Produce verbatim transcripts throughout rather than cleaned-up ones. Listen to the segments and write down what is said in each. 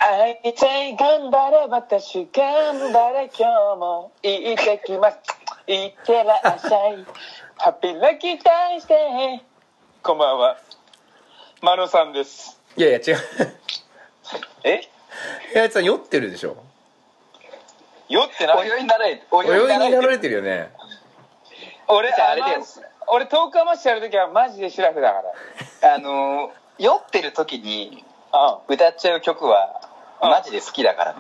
会いたい頑張れ私頑張れ今日も行ってきます行ってらっしゃいハッピーラッキータイしてこんばんはマロさんです。 いやいや違うえ平八さん酔ってるでしょ。 酔ってない。 お酔いになられておお酔いになられてるよね。 俺あれだよ、 俺トークアマッシュやるときはマジでシラフだからあの酔ってる時にう歌っちゃう曲はマジで好きだからね。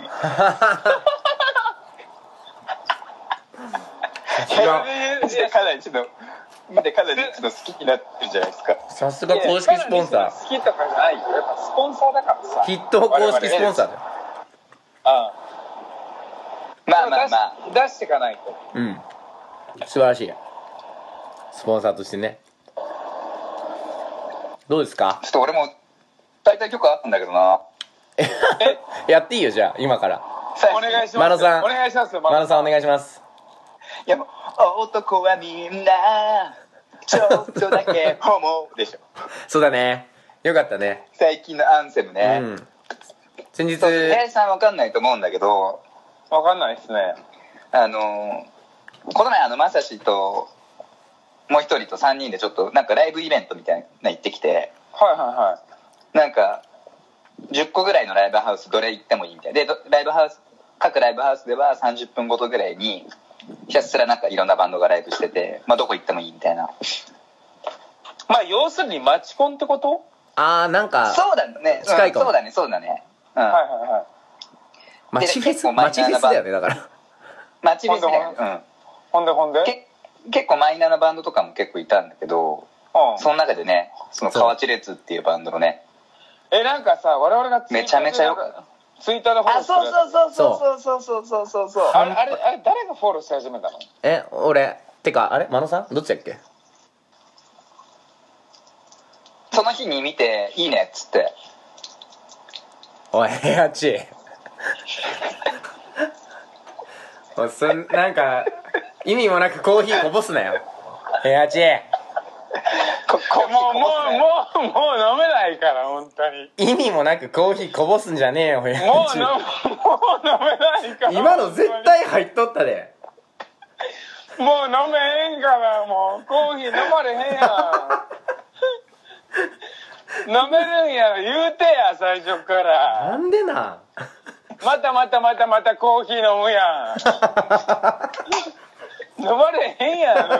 マジでかなりちょっとマジでかなりちょっと好きになってるじゃないですか。 さすが公式スポンサ好きとかじゃないよ。やっぱスポンサーだからさ。 ー。筆頭公式スポンサーだよ。 あまあまあまあ出していかないと。 うん素晴らしいスポンサーとしてね。どうですか。 ちょっと俺も大体曲あったんだけどな。 やっていいよじゃあ今から。 お願いします。 マロさんお願いします。 マロさんお願いします。 いやもう男はみんなちょっとだけホモでしょ。 そうだねよかったね。 最近のアンセムね。 うん先日林さんわかんないと思うんだけど、 わかんないですね。 あのこの前あのまさしともう一人とさんにんでちょっとなんかライブイベントみたいな行ってきて、 はいはいはい。 なんかじゅっこぐらいのライブハウスどれ行ってもいいみたいで、ライブハウス各ライブハウスではさんじゅっぷんごとぐらいにひたすらなんかいろんなバンドがライブしてて、まあどこ行ってもいいみたいな。 まあ要するにマチコンってこと？ あーなんかそうだね、 近いかも、 うん、そうだねそうだね、うん、 はいはいはい。 マチフェスマチフェスだよねだからマチフェスだよ、うん、 ほんでほんでけ結構マイナーなバンドとかも結構いたんだけど、うん、その中でねその河内列っていうバンドのね、 えなんかさ我々がめちゃめちゃよかツイッターでフォローあそうそうそうそうそうそうそうそうそうあれあれあれ誰がフォローし始めたの？ え俺てかあれマノさんどっちだっけ。 その日に見ていいねっつって。 おいヘアチおいそんなんか意味もなくコーヒーこぼすなよヘアチここもうもうもうもう飲めないから本当に意味もなくコーヒーこぼすんじゃねえよヘアチもう飲もう飲めないから今の絶対入っとったで。 もう飲めへんからもうコーヒー飲まれへんやん飲めるんやろ言うてや最初からなんでなまたまたまたまたコーヒー飲むやん飲まれへんやん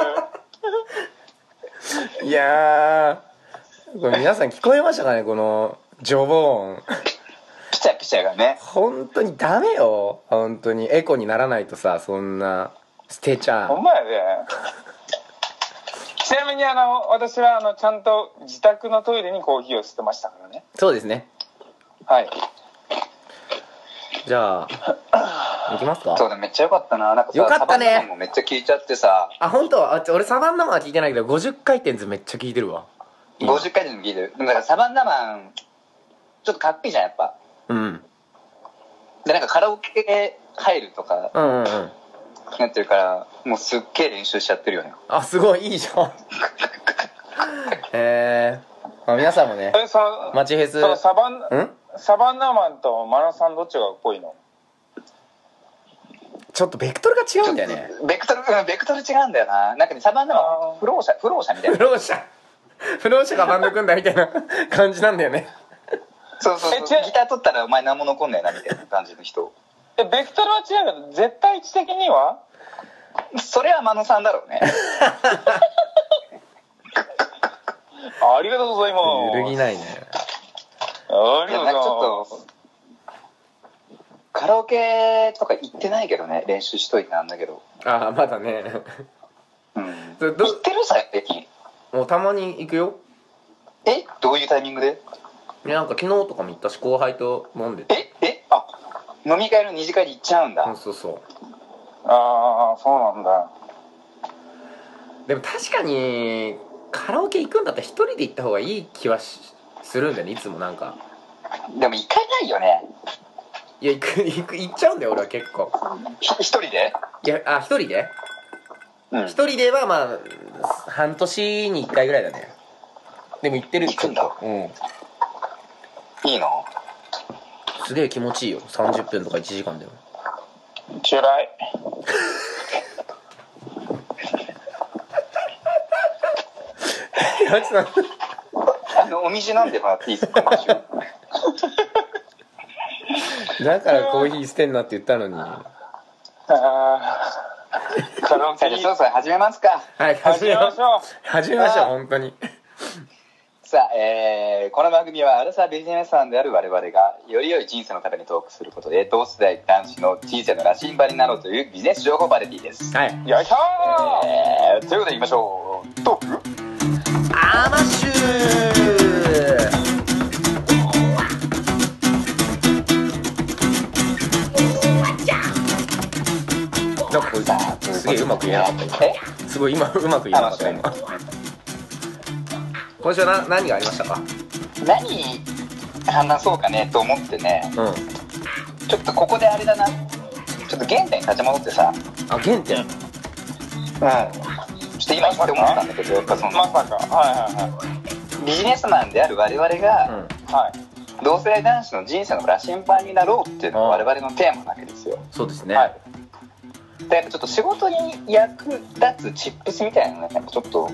いやーこれ皆さん聞こえましたかねこのジョボ音ピチャピチャがね本当にダメよ本当にエコにならないとさそんな捨てちゃう。 ほんまやでちなみにあの私はあのちゃんと自宅のトイレにコーヒーを捨てましたからね。 そうですね。 はいじゃあ行きますか。 そうだめっちゃよかったな。なんかさよかったねサバンナマンもめっちゃ聞いちゃってさ。 あ本当あ俺サバンナマンは聞いてないけどごじゅっかいてんずめっちゃ聞いてるわ。 ごじゅっかいでも聞いてる。でもだからサバンナマンちょっとかっこいいじゃんやっぱ。 うんでなんかカラオケ入るとかうんうんうんなってるからもうすっげえ練習しちゃってるよね。 あすごいいいじゃんえー、まあ、皆さんもねえそマチフェスそのサバンんサバンナマンとマナさんどっちがかっこいいの？ ちょっとベクトルが違うんだよね。 ベクトルうんベクトル違うんだよな。なんかねサバンナマン不老者不老者みたいな。 不老者不老者がバンド組んだみたいな感じなんだよね。 そうそうそうギター取ったらお前何も残んないなみたいな感じの人。 えベクトルは違うけど絶対値的にはそれは真野さんだろうねあありがとうございます。 揺るぎないね。 ありがとうございます。 いやなんかちょっとカラオケとか行ってないけどね練習しといてなんだけど。 ああまだねうんそれど行ってる最近。 もうたまに行くよ。 えどういうタイミングで？ いやなんか昨日とかも行ったし後輩と飲んでて。 ええあ飲み会の二次会で行っちゃうんだ。 そうそうそう。 ああそうなんだ。 でも確かにカラオケ行くんだったら一人で行った方がいい気はしするんだよねいつもなんか。 でも行かないよね。 いや行く行く行っちゃうんだよ俺は結構。 ひ一人で？ いやあ一人でうん一人ではまあ半年に一回ぐらいだね。でも行ってる。 行くんだ。 うんいいの？ すすげえ気持ちいいよ。さんじゅっぷんとかいちじかんだよ。 チュライ。 やつなあのお水飲んでもらっていいですか？ だからコーヒー捨てんなって言ったのに。 あーカラオケじゃあそろそろ始めますか。 はい、 始めましょう。 始めましょう、本当に。 さあ、えーこの番組はアラサービジネスマンである我々がより良い人生のためにトークすることで同世代男子の人生の羅針盤になろうというビジネス情報バラエティです。 はい。 よいしょえーということで言いましょう。トークアマッシュなんかこれすげえうまく言えなかった今。 えすごい今うまく言えなかった今。今週はな何がありましたか？ 何話そうかねと思ってね、 うん。 ちょっとここであれだな、ちょっと原点に立ち戻ってさ、 あ、原点。 うん、ちょっと今言って思ったんだけど、やっぱそのまさか。はいはいはい。 ビジネスマンである我々が、 うん。 はい。 同世代男子の人生の羅針盤になろうっていうのが我々のテーマなわけですよ。 そうですね。 はい。 でやっぱちょっと仕事に役立つチップスみたいなのね、やっぱちょっとん？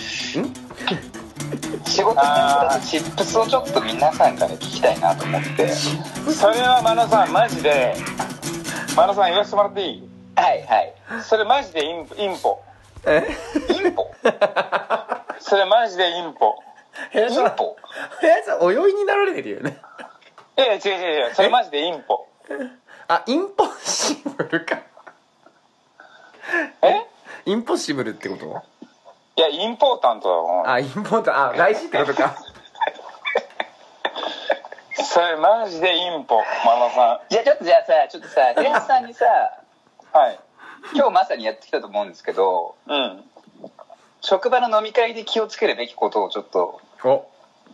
仕事に役立つチップスをちょっと皆さんから聞きたいなと思って。 それはマナさんマジでマナさん言わせてもらっていい？ はいはい。 それマジでインインポ。 え？ インポそれマジでインポ。 部屋さん、 インポ部屋さんお酔いになられてるよね。 いや違う違う違う、それマジでインポ。 あ、インポッシブルか。 え？ インポッシブルってこと？ いやインポータントだもん。 あ、インポータン、あ、大事ってことか。 それマジでインポ、マナさじゃあちょっとじゃあさ、ちょっとさ、林さんにさ、 ん。はい。 今日まさにやってきたと思うんですけど、 うん。 職場の飲み会で気をつけるべきことをちょっと。 お。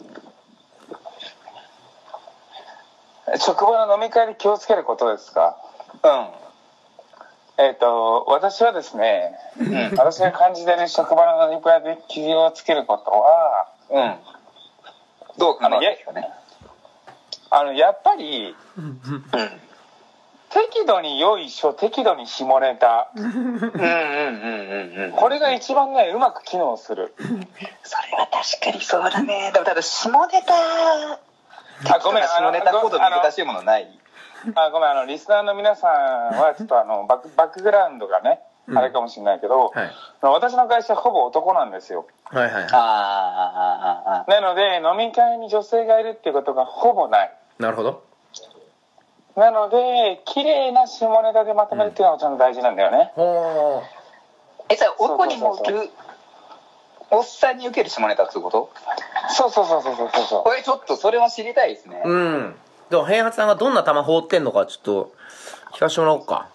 職場の飲み会で気をつけることですか？ うんえっ、ー、と私はですね、 うん、 私が感じてる職場の飲み会で気をつけることは、 うん、どう考えですかね。 あのやっぱり、 うん、 適度に良いしょ、適度に下ネタ、 うんうんうんうんうん、 これが一番ねうまく機能する。 それは確かにそうだね。でもただ下ネタ、 あごめん、 下ネタほど難しいものない。 あごめん、あのリスナーの皆さんはちょっとあのバック、バックグラウンドがね、うん、あれかもしれないけど、 はい、 私の会社ほぼ男なんですよ。 はいはい。 あなので飲み会に女性がいるっていうことがほぼない。 なるほど。 なので綺麗な下ネタでまとめるっていうのがちゃんと大事なんだよね。 うん、ほー。え、じゃあおこにも受ける、おっさんに受ける下ネタってこと？ そうそうそうそうそうそう。 これちょっとそれは知りたいですね。 うん。でも平八さんがどんな球放ってんのかちょっと聞かせてもらおうか。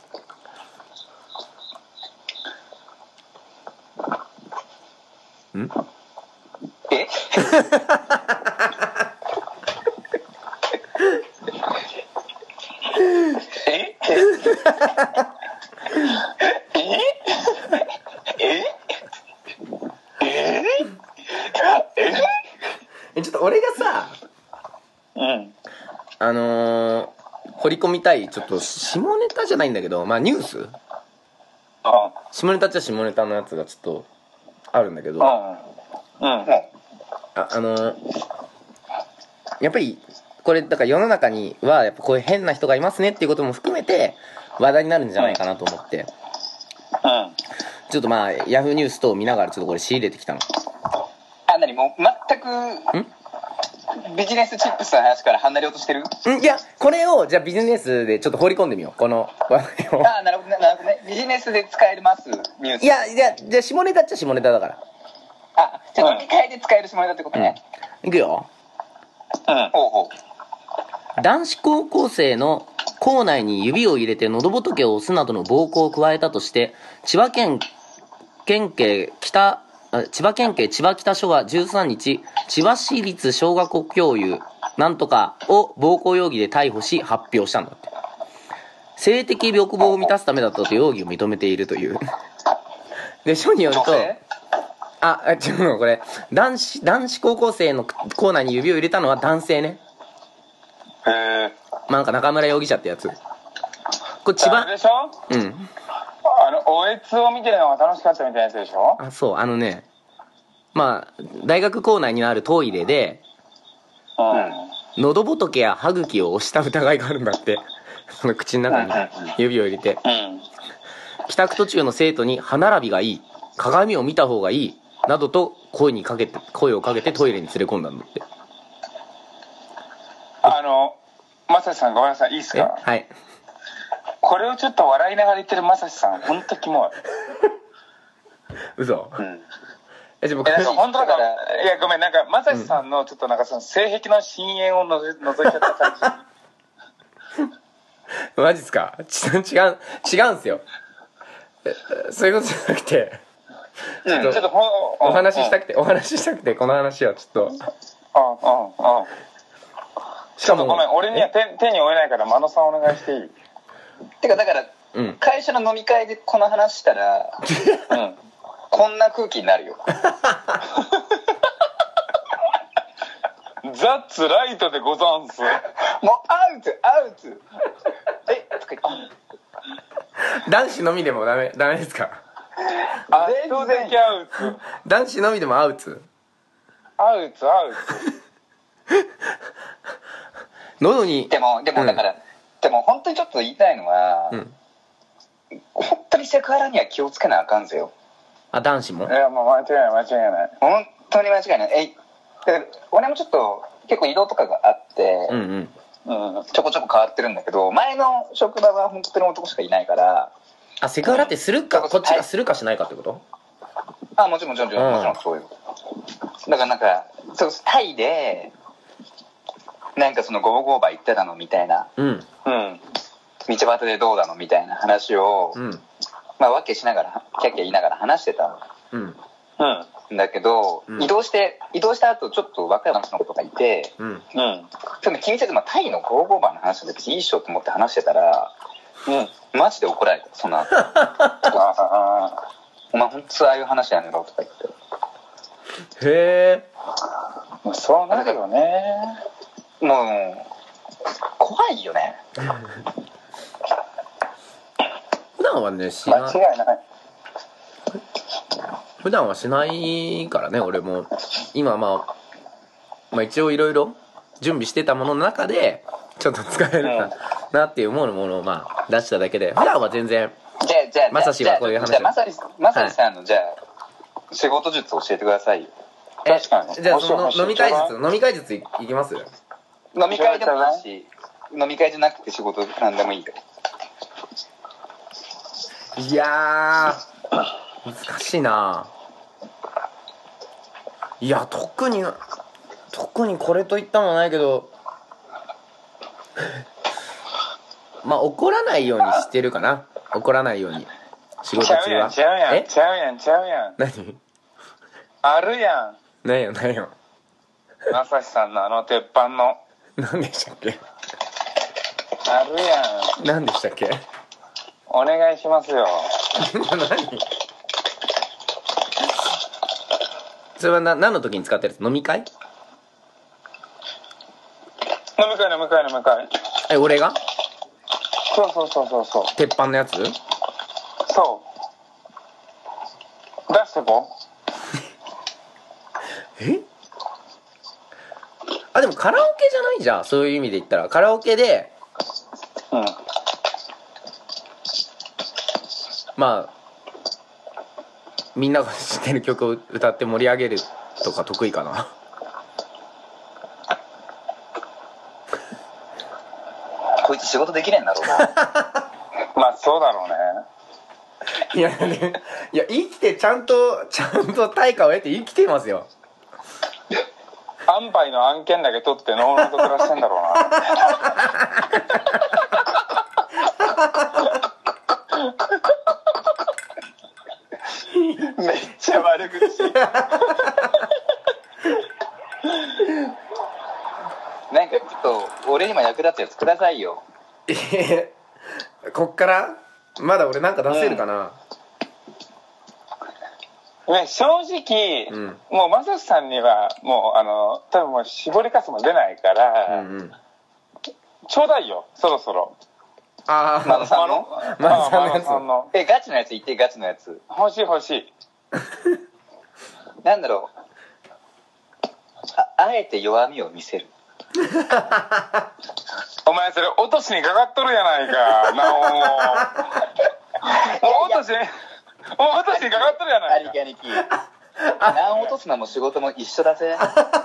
ん？ え？え？え？え？ え？ちょっと俺がさ、 うん。 あのー、掘り込みたいちょっと下ネタじゃないんだけど、まあニュース？ あ下ネタっちゃ下ネタのやつがちょっとあるんだけど、 うん。うん。 あ、あのー、やっぱりこれだから世の中にはやっぱこういう変な人がいますねっていうことも含めて話題になるんじゃないかなと思って、 うん。 ちょっとまあヤフーニュース等を見ながらちょっとこれ仕入れてきたの。 あ、なにもう全くんビジネスチップスの話から離れようとしてる？ んいや、これをじゃあビジネスでちょっと放り込んでみよう、この話題を。 あ、なるほどね、なるほどね。ビジネスで使えますニュース。 いやいや、じゃあ下ネタっちゃ下ネタだから。 あ、じゃあ飲み会で使える下ネタってことね。 うん、いくよ。 うん。 ほうほう。男子高校生の校内に指を入れて喉仏を押すなどの暴行を加えたとして千葉県県警北千葉県警千葉北署はじゅうさんにち千葉市立小学校教諭なんとかを暴行容疑で逮捕し発表したんだって。性的欲望を満たすためだったと容疑を認めているというで署によると、あ、違うのこれ男子男子高校生の校内に指を入れたのは男性ね。 へえ。 なんか中村容疑者ってやつ。これ千葉あれでしょ、 うんあのおえつを見てるのが楽しかったみたいなやつでしょ。 あそうあのねまあ大学構内にあるトイレでうん喉仏や歯茎を押した疑いがあるんだってその口の中に指を入れて、 うん帰宅途中の生徒に歯並びがいい、鏡を見た方がいいなどと声にかけて声をかけてトイレに連れ込んだんだって。 あのまさしさんごめんなさい、いいっすえか。 はい。 これをちょっと笑いながら言ってるまさしさんほんとキモい。 嘘。 うんえじゃあ僕えなんか本当だからいやごめんなんかまさしさんのちょっとなんかその性癖の深淵をのぞ覗いちゃった感じ。 マジっすか。ち違う違うんすよ。えそういうことじゃなくてちょっとちょっとほんお話ししたくてお話ししたくてこの話はちょっとうんうんうんしかもごめん俺には手手に負えないから真野さんお願いしていい。 てかだから、 うん、 会社の飲み会でこの話したら、うん、こんな空気になるよ。 ザッツライトでござんす。 もうアウトアウトえとか言って、 男子のみでもダメダメですか。 圧倒的アウツ男子のみでもアウツアウツアウ喉にでもでもだから、うん、でも本当にちょっと言いたいのは、うん、本当にセクハラには気をつけなあかんぜよ。 あ男子も。 いやもう間違いない間違いない本当に間違いない。え俺もちょっと結構移動とかがあって、うんうん、ちょこちょこ変わってるんだけど、前の職場は本当に男しかいないから。 あセクハラってするか、うん、こっちがするかしないかってこと？ あもちろんもちろんもちろん、もちろんそうよ。だからなんかそうタイでなんかそのゴーゴーバー行ってたのみたいな、うん、うん、道端でどうだのみたいな話を、うん、まあわけしながらキャッキャ言いながら話してたの、うんうん、だけど、うん、移動して移動した後ちょっと若い話の子とかいて、うんうん、ちょっと気にせず、まあ、タイのゴーゴーバーの話で別にいいっしょと思って話してたら、うん、マジで怒られたその後お前本当ああいう話やめろとか言って。 へえそうなるけどね。 もう怖いよね。 普段はねしない。 間違いない。 普段はしないからね俺も。今まあまあ一応いろいろ準備してたものの中でちょっと使えるかなっていう思うものをまあ出しただけで、普段は全然。 じゃあじゃあまさしはこういう話。 じゃあまさしまさしさんの、はい、じゃあ仕事術を教えてくださいよ。 確かに。じゃあその飲み会術飲み会術いきます？ 飲み会でもいいし、飲み会じゃなくて仕事なんでもいいよ。 いやー難しいな。いや特に特にこれといったものないけどまあ怒らないようにしてるかな。怒らないように仕事中は。 ちゃうやんちゃうやんちゃうやん。 何？ あるやん。何よ何よ。 まさしさんのあの鉄板の。 何でしたっけ？ あるやん。 何でしたっけ？ お願いしますよ。 何？それはな何の時に使ってるやつ？飲み会？飲み会飲み会飲み会。 え俺が？ そうそうそうそうそう。 鉄板のやつ？ そう。出してこ。 え？あでもカラオケじゃないじゃん。そういう意味で言ったらカラオケで、うん、まあみんなが知ってる曲を歌って盛り上げるとか得意かな。 こいつ仕事できねえんだろうな。 まあそうだろうね。 いやね、いや生きてちゃんとちゃんと対価を得て生きてますよ。 安牌の案件だけ取ってノーノーと暮らしてんだろうな。めっちゃ悪口。なんかちょっと俺にも役立つやつくださいよ。 えこっからまだ俺なんか出せるかな。 うんね、正直、うん、もうまさしさんにはもうあの多分もう絞りかすも出ないから、うんうん、 ちょうだいよそろそろ。 ああ、 マノさんのマノさんのやつ。 マノさんのえガチのやつ言って、ガチのやつ。 欲しい欲しい。 なんだろう、 あ, あえて弱みを見せる。 お前それ落としにかかっとるやないか。なおもう落としもう落としにかかっとるやないか。 兄貴兄貴、難落とすのも仕事も一緒だぜ。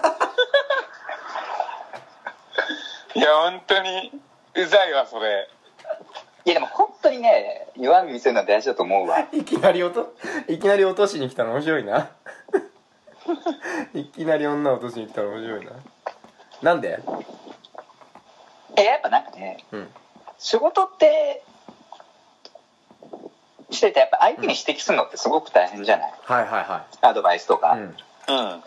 いや本当にうざいわそれ。 いやでも本当にね、弱み見せるのは大事だと思うわ。 いきなり落といきなり落としに来たの面白いな。いきなり女落としに来たの面白いな。なんで？ えやっぱなんかね、 うん、 仕事ってしててやっぱ相手に指摘するのってすごく大変じゃない、 うん、はいはいはアドバイスとか、 い、うん、 うん。 だ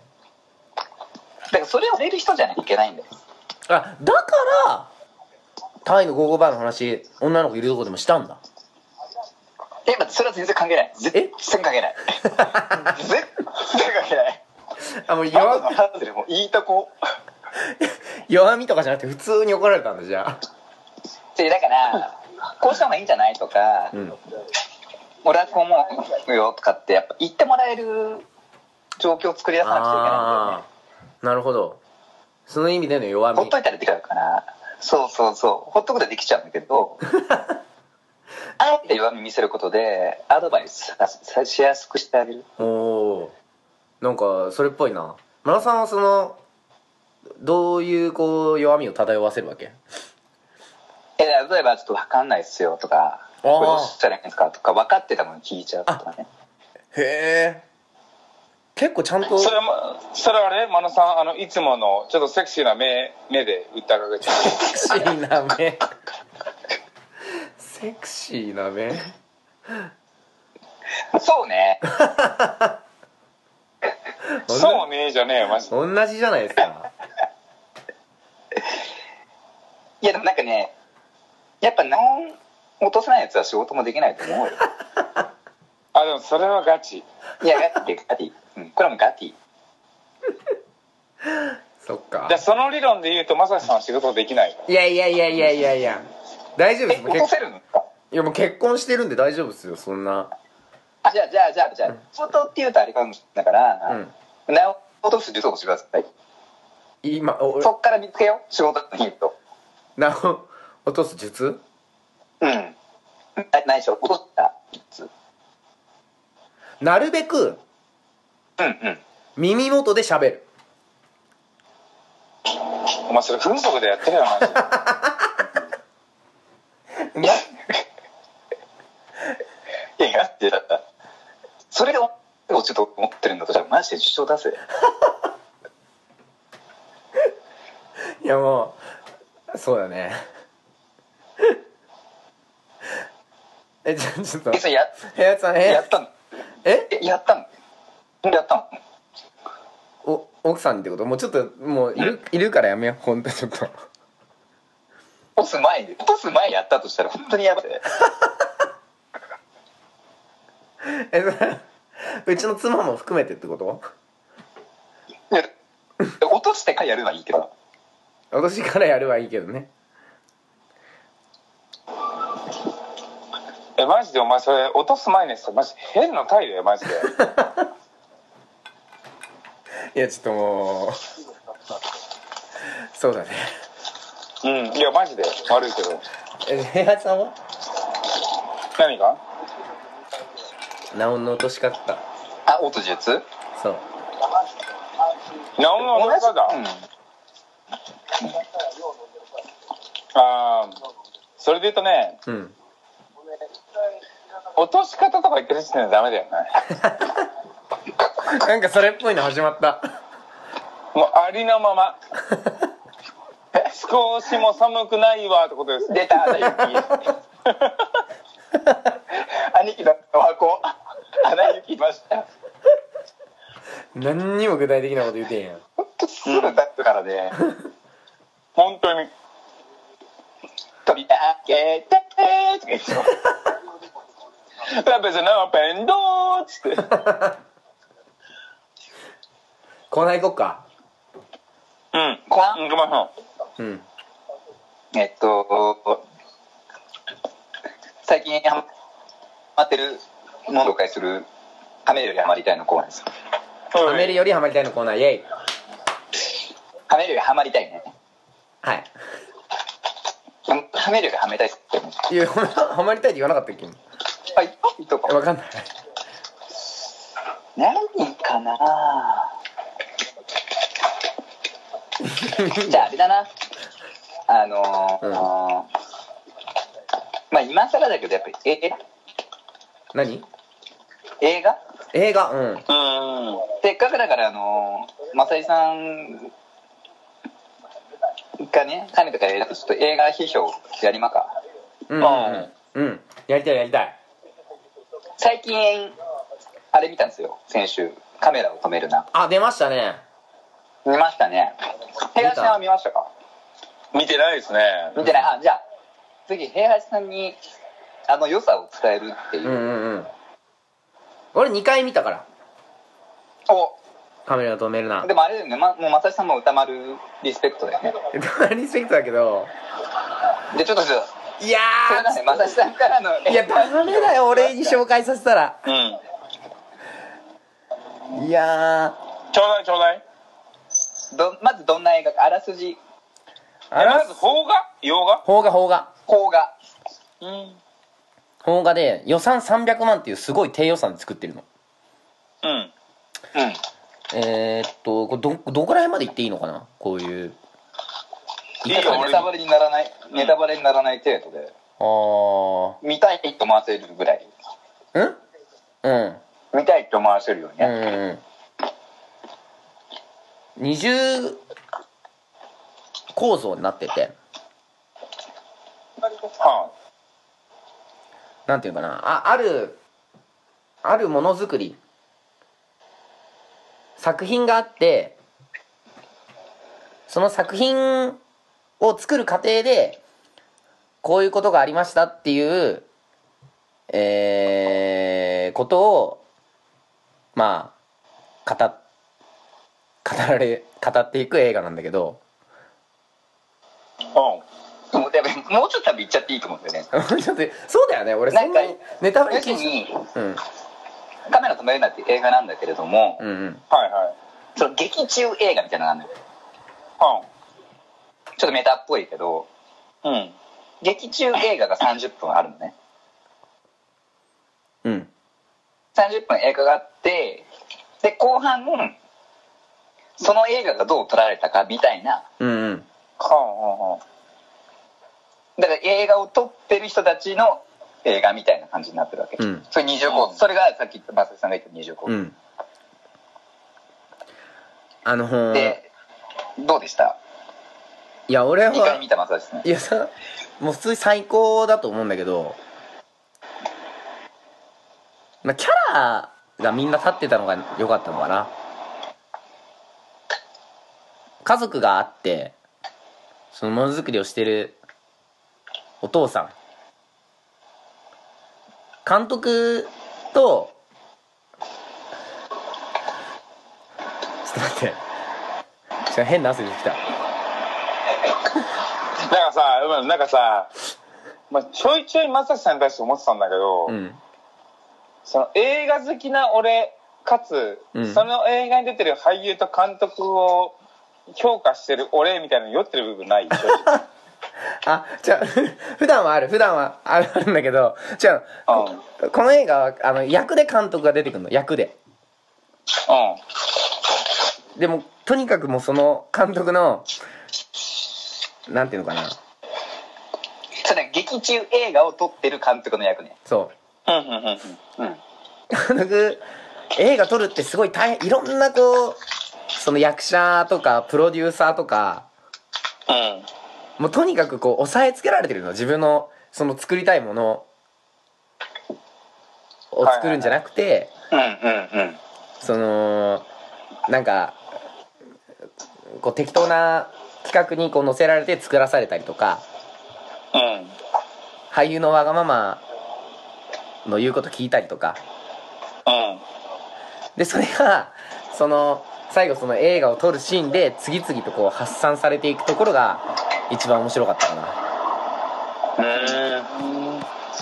からそれをされる人じゃなきゃいけないんだよ。 あ、だからタイのゴーゴーバーの話女の子いるとこでもしたんだ。 え、まあ、それは全然関係ない。全然関係ない。全然関係ない。 あ、もう弱のハズレもいいとこ。 弱みとかじゃなくて普通に怒られたんだじゃあ。 でだからこうした方がいいんじゃないとか、うん、俺はこう思うよとかってやっぱ言ってもらえる状況を作り出さなくちゃいけないんだよね。 なるほど。その意味での弱み。 ほっといたらできちゃうから。そうそうそう。ほっとくとできちゃうんだけど。あえて弱み見せることでアドバイスさしやすくしてあげる。 おお、なんかそれっぽいな。マナさんはそのどういうこう弱みを漂わせるわけ？ え例えばちょっと分かんないっすよとか、これどうしたらいいんですかとか、分かってたもの聞いちゃうとかね。 へえ、結構ちゃんと。 それもそれはあれマノさん、あのいつものちょっとセクシーな目目で訴えかけちゃう。 セクシーな目。セクシーな目。 そうね。 そうねじゃねえマジで。 同じじゃないですか。 いやでもなんかね、やっぱ何落とせないやつは仕事もできないと思うよ。 あ、でもそれはガチ。 いやガティガティ、うん、これはもうガティ。 そっか。 じゃあその理論で言うとまさしさんは仕事できない。 いやいやいやいやいやいや、大丈夫です。 え落とせるんですか？ いやもう結婚してるんで大丈夫ですよ、そんな。 あ、じゃあじゃあじゃあじゃあ、うん、仕事っていうとあれかもしれないから、うん、な落とす術をしてください。 今そっから見つけよう、仕事のヒント。 なお落とす術？ うん。内緒、落とした術。 なるべく、 うんうん。 耳元で喋る。 お前それ風俗でやってるよマジで。 いや、ってだった。それをちょっと思ってるんだとしたらマジで受賞出せ。 いやもうそうだね。えちょちょっとえそれや部屋さんえやったの？ ええやったの？やったの？ お奥さんにってこと？もうちょっともういるいるからやめよう、本当にちょっと。 落とす前に落とす前やったとしたら本当にやばい。 えうちの妻も含めてってこと？ いや落としてからやるのはいいけど。 私からやるはいいけどね。 えマジでお前それ落とす前にさマジ変な態度よマジで。 いやちょっともうそうだね。 うんいやマジで悪いけど。 え部屋さんは何が？ ナオンの落とし方。 あ、落とし術？ そう。 ナオンの落とし方。うん、ああそれで言うとね、うん、落とし方とか言ってる時点でダメだよね。 なんかそれっぽいの始まった。 もうありのまま。少しも寒くないわってことです。 出た兄貴。兄貴のお箱穴行きました。 何にも具体的なこと言うてんやん。 ほんとすぐだったからね。 本当に飛び開けてーとか言ってラペスのペンドーっつってコーナー行こっか。 うんコーナー行きましょう。うんえっと最近ハマってるものを紹介するハメるよりハマりたいのコーナーです。 ハメるよりハマりたいのコーナー、イェイ。 ハメるよりハマりたいね。 はい。 ハメるよりハメたいっすってね。 いや、ハマりたいって言わなかったっけ？ あ、言ったか。 わかんない。 何かなじゃああれだな。あのー、うん、まあ今更だけどやっぱりえ何？ 映画？ 映画、うん。うん。 せっかくだからあのー、まさいさんがね、かねとかやるとちょっと映画批評やりまか。 うん。うん。うん。やりたいやりたい。 最近あれ見たんですよ。先週カメラを止めるな。 あ、出ましたね。 見ましたね。平橋さんは見ましたか？ 見てないですね。 見てない。あ、じゃあ次平橋さんにあの良さを伝えるっていう。 うんうんうん。俺にかい見たから。 お。 カメラを止めるな。 でもあれだよね。ま、もうまさしさんも歌丸リスペクトだよね。 歌丸リスペクトだけど。 でちょっとちょっと。いやー。 それだね。まさしさんからの。 いやダメだよ俺に紹介させたら。うん。いやー。ちょうだいちょうだい。 どまずどんな映画かあらすじ。 あらまず邦画？洋画？ 邦画邦画。 邦画。 うん。邦画で予算さんびゃくまんっていうすごい低予算で作ってるの。 うん。うん。 えー、っとこれ ど, どこら辺まで言っていいのかな、こういう。 いいよ、ネタバレにならない、ネタバレにならない程度で。ああ。見たいと思わせるぐらい。 うんうん。 見たいと思わせるようにね。 うん。二重構造になってて。はあ。なんていうかな、あ、あるあるものづくり作品があって、その作品を作る過程でこういうことがありましたっていうえー、ことをまあ語語られ語っていく映画なんだけど、 うんもうちょっと多分言っちゃっていいと思うんだよね。 ちょっとそうだよね。俺そんなにネタバレ要するに、うん、カメラ止めるなっていう映画なんだけれども、うんうん、はいはい、その劇中映画みたいなのがあるのよ、うん、ちょっとメタっぽいけど、うん、劇中映画がさんじゅっぷんあるのね。うん。さんじゅっぷん映画があって、で後半その映画がどう撮られたかみたいな、うんうん、はあはあ、だから映画を撮ってる人たちの映画みたいな感じになってるわけ、うん、それ二重構造、それがさっき松井さんが言った二重構造、うん、あのー、でどうでした？ いや俺はにかい見た松井さん、 いやさもう普通に最高だと思うんだけど、まあ、キャラがみんな立ってたのが良かったのかな。家族があってそのものづくりをしてるお父さん、監督とちょっと待って、ちょっと変な汗出てきた。 なんかさなんかさ、まあ、ちょいちょい正志さんに対して思ってたんだけど、うん、その映画好きな俺かつ、うん、その映画に出てる俳優と監督を評価してる俺みたいなの酔ってる部分ない？ あ、じゃあ普段はある普段はあるんだけど、じゃあ、うん、この映画はあの役で監督が出てくるの、役で、うん、でもとにかくもうその監督のなんていうのかな、 それ劇中映画を撮ってる監督の役ね。 そううんうんうんうん監督映画撮るってすごい大変、いろんなこうその役者とかプロデューサーとか、うん、もうとにかくこう押さえつけられてるの、自分のその作りたいものを作るんじゃなくて、そのなんかこう適当な企画にこう載せられて作らされたりとか、うん、俳優のわがままの言うこと聞いたりとか、うん、でそれがその最後その映画を撮るシーンで次々とこう発散されていくところが一番面白かったかな。 うん。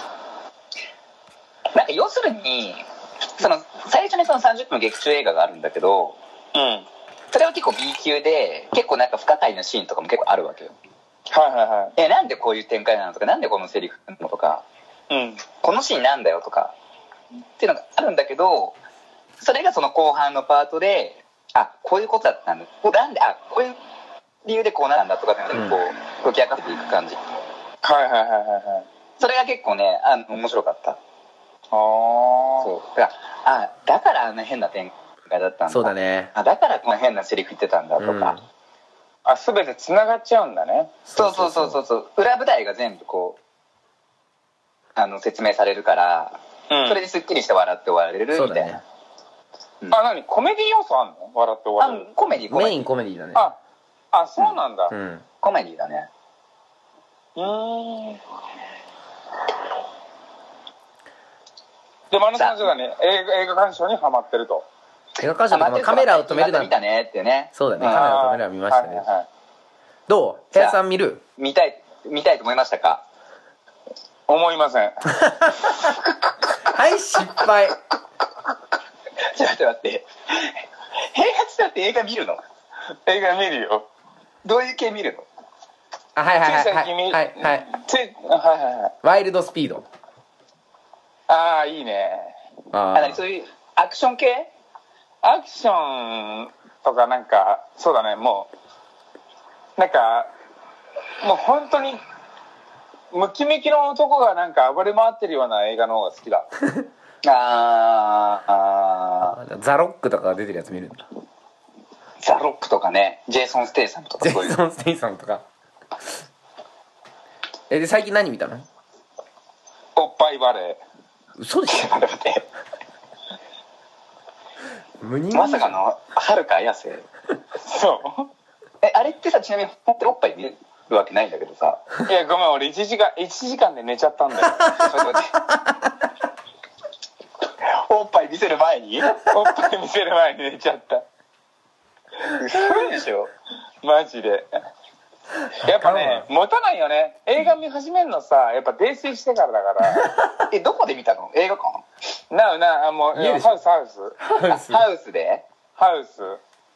なんか要するにその最初にそのさんじゅっぷん劇中映画があるんだけど、うん、それは結構 B 級で結構なんか不可解なシーンとかも結構あるわけよ。 はいはいはい。 え、なんでこういう展開なのとか、なんでこのセリフなのとか、うん、このシーンなんだよとかっていうのがあるんだけど、それがその後半のパートで、あ、こういうことだったんだ、なんで、あ、こういう理由でこうなんだとかってこう解き明かしていく感じ。 はいはいはいはいはい。 それが結構ね、あの面白かった。ああ。そう。だから、あ、だからあんな変な展開だったんだ。 そうだね。 あ、だからこんな変なセリフ言ってたんだとか。うん、 あ、すべて繋がっちゃうんだね。 そうそうそうそうそう。裏舞台が全部こうあの説明されるから、うん、それですっきりして笑って終われるみたいな。ね、 うん、あ、何コメディ要素あんの？笑って終われる。 あ、コメディコメディ。 メインコメディだね。 あ、あ、そうなんだ。 うん、コメディだね。 うーん。で、マヌさんがね、映画、映画鑑賞にハマってると。 映画鑑賞でカメラを止めるな。 見たねってね。 そうだね、カメラを止めるは見ましたね。はいはい、どう？平さん見る？ 見たい、見たいと思いましたか？ 思いません。 はい、失敗。 ちょっと待って待って。平八だって映画見るの？ 映画見るよ。 どういう系見るの？ あ、はいはいはいはいはいはい。 つい、はいはいはい。 ワイルドスピード。 ああ、いいね。 ああ、そういうアクション系？ アクションとかなんか、そうだね、もう、なんか、もう本当に、ムキムキの男がなんか暴れ回ってるような映画の方が好きだ。 ああー、ザロックとかが出てるやつ見るんだ。 ザロックとかね、ジェイソン・ステイサムとかそういう。 ジェイソン・ステイサムとか。え、で、最近何見たの？ おっぱいバレー。嘘でしょ？ まさかのはるか綾瀬。 そうえ、あれってさ、ちなみに本当におっぱい見るわけないんだけどさ。 いや、ごめん、俺いちじかんいちじかんで寝ちゃったんだよ。 おっぱい見せる前におっぱい見せる前に寝ちゃった。 嘘でしょ？ マジで。やっぱね、持たないよね。映画見始めるのさ、やっぱ泥酔してからだから。 え、どこで見たの？映画館？ なうな、あ、もう、ハウス、ハウス。 ハウス。ハウスで？ ハウス。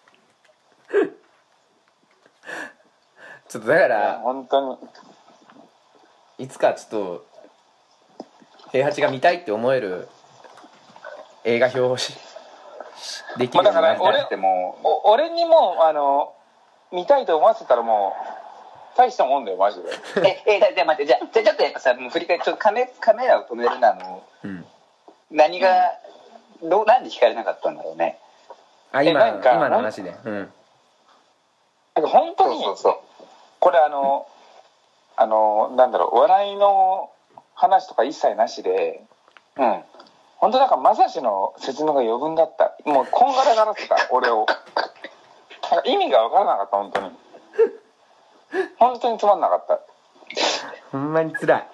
ちょっとだから、 本当に。いつかちょっと、平八が見たいって思える映画表をし、できるようになりたい。 まあ、だから俺、俺にも、あの、見たいと思わせたらもう大したもんだよマジで。 ええじゃあ待って、じゃあじゃあちょっとやっぱさ、もう振り返りちょっとカメカメラを止めるなの、うん、何が、うん、どうなんで惹かれなかったんだろうね。 あ、今今の話で、うん、 なんか本当にそうそうそう、 これあのあのなんだろう、笑いの話とか一切なしで、うん、本当なんかまさしの説明が余分だった。もうこんがらがらってた俺を。なんか意味が分からなかった。本当に本当につまんなかった。 ほんまにつらい。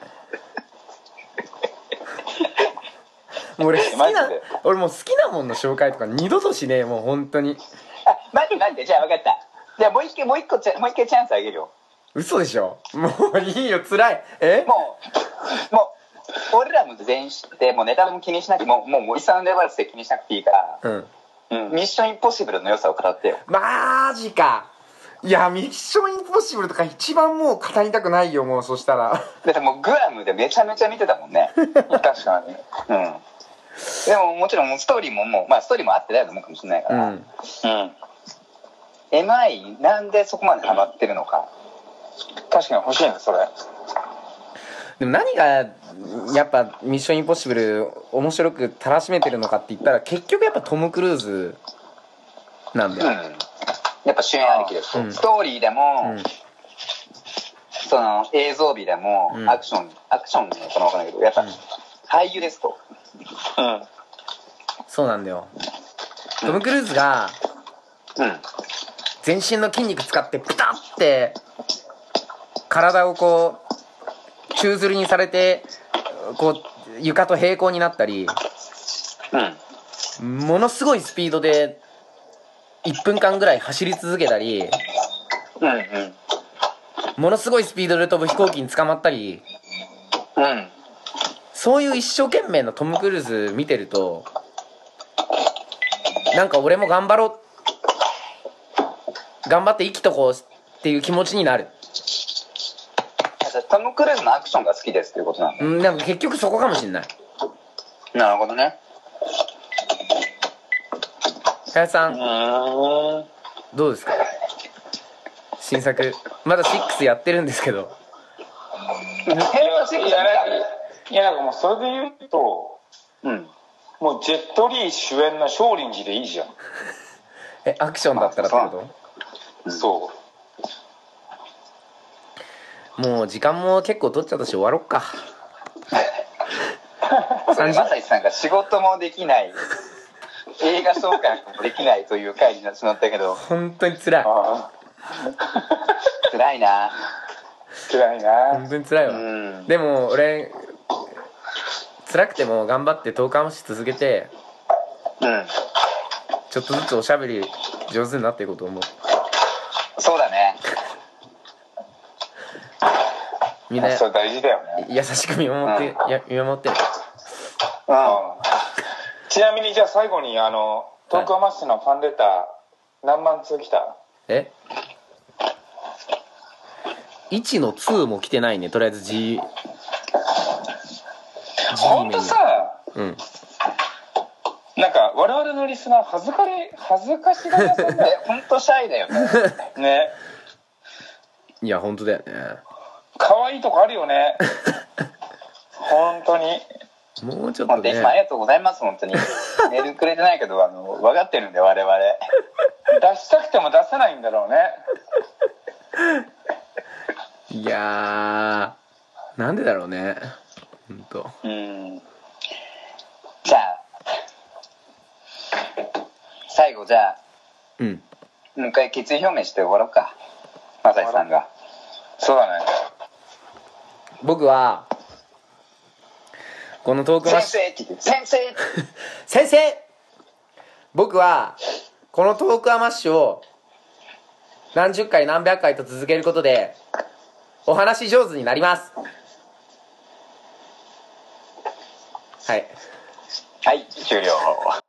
もう俺好きな俺もう好きなもんの紹介とか二度としねえ、もう本当に。 あ、待って待って、じゃあ分かった。じゃあもう一回もう一個もう一回チャンスあげるよ。 嘘でしょ？もういいよ、つらい。え？ もうもう俺らも全員知って、もうネタも気にしなくてもうもう森さんレバルスで気にしなくていいから。うん。うん、ミッションインポッシブルの良さを語ってよ。 マジか。いや、ミッションインポッシブルとか一番もう語りたくないよ、もう。そしたらだってもうグアムでめちゃめちゃ見てたもんね。 確かに。 うん。でももちろんストーリーももうまあストーリーもあってだよと思うかもしれないから、うん、うん、エムアイ なんでそこまでハマってるのか。 確かに欲しいんだそれ。 でも何がやっぱミッションインポッシブル面白くたらしめてるのかって言ったら、結局やっぱトム・クルーズなんだよ、うん、 やっぱ主演ありきです、うん、ストーリーでも、うん、その映像美でも、うん、アクションアクションなのかな分かんないけど、やっぱ、うん、俳優ですと、 うん、そうなんだよ、うん、トム・クルーズが、うん、全身の筋肉使ってピタッて体をこう宙吊りにされてこう床と平行になったり、うん、ものすごいスピードでいっぷんかんぐらい走り続けたり、うんうん、ものすごいスピードで飛ぶ飛行機に捕まったり、 うん。 そういう一生懸命なトム・クルーズ見てると、なんか俺も頑張ろう、頑張って生きとこうっていう気持ちになる。 トム・クルーズのアクションが好きですっていうことなんだ。 うん、なんか結局そこかもしんない。 なるほどね。 林さん、 うーんどうですか、新作。まだシックスやってるんですけど。 いやいやいやなんかもうそれで言うと、 うん、 もうジェットリー主演の少林寺でいいじゃん。 え、アクションだったらってこと？ そう。 もう時間も結構取っちゃったし終わろっか。 まさしさんが仕事もできない映画紹介もできないという回になってしまったけど、 本当に辛い。 辛いな。 辛いな。 本当に辛いわ。うん、でも俺辛くても頑張ってトーク話し続けて、 うん、 ちょっとずつおしゃべり上手になっていこうと思う。 そうだね。 みんなそれ大事だよね。 優しく見守って、うん、や見守ってる。 うん。ちなみにじゃあ最後にあのトークアマッシュのファンレター何万通来た？ え？いちのにも来てないね。とりあえず G。 ほんとさ、 うん。 なんか我々のリスナー恥ずかり恥ずかしがり屋さんだよ。 ほんとシャイだよね。 ね。 いや本当だよね。 可愛いとこあるよね。本当に。 もうちょっとね。 ありがとうございます。本当にメールくれてないけど、あの分かってるんで我々。 出したくても出せないんだろうね。 いやー、なんでだろうね。本当。 うん。じゃあ最後じゃあ、 うん。 もう一回決意表明して終わろうか。まさしさんが。 そうだね。 僕はこのトークマッシュ、 先生って言って先生先生僕はこのトークアマッシュを何十回何百回と続けることでお話上手になります。はいはい、終了。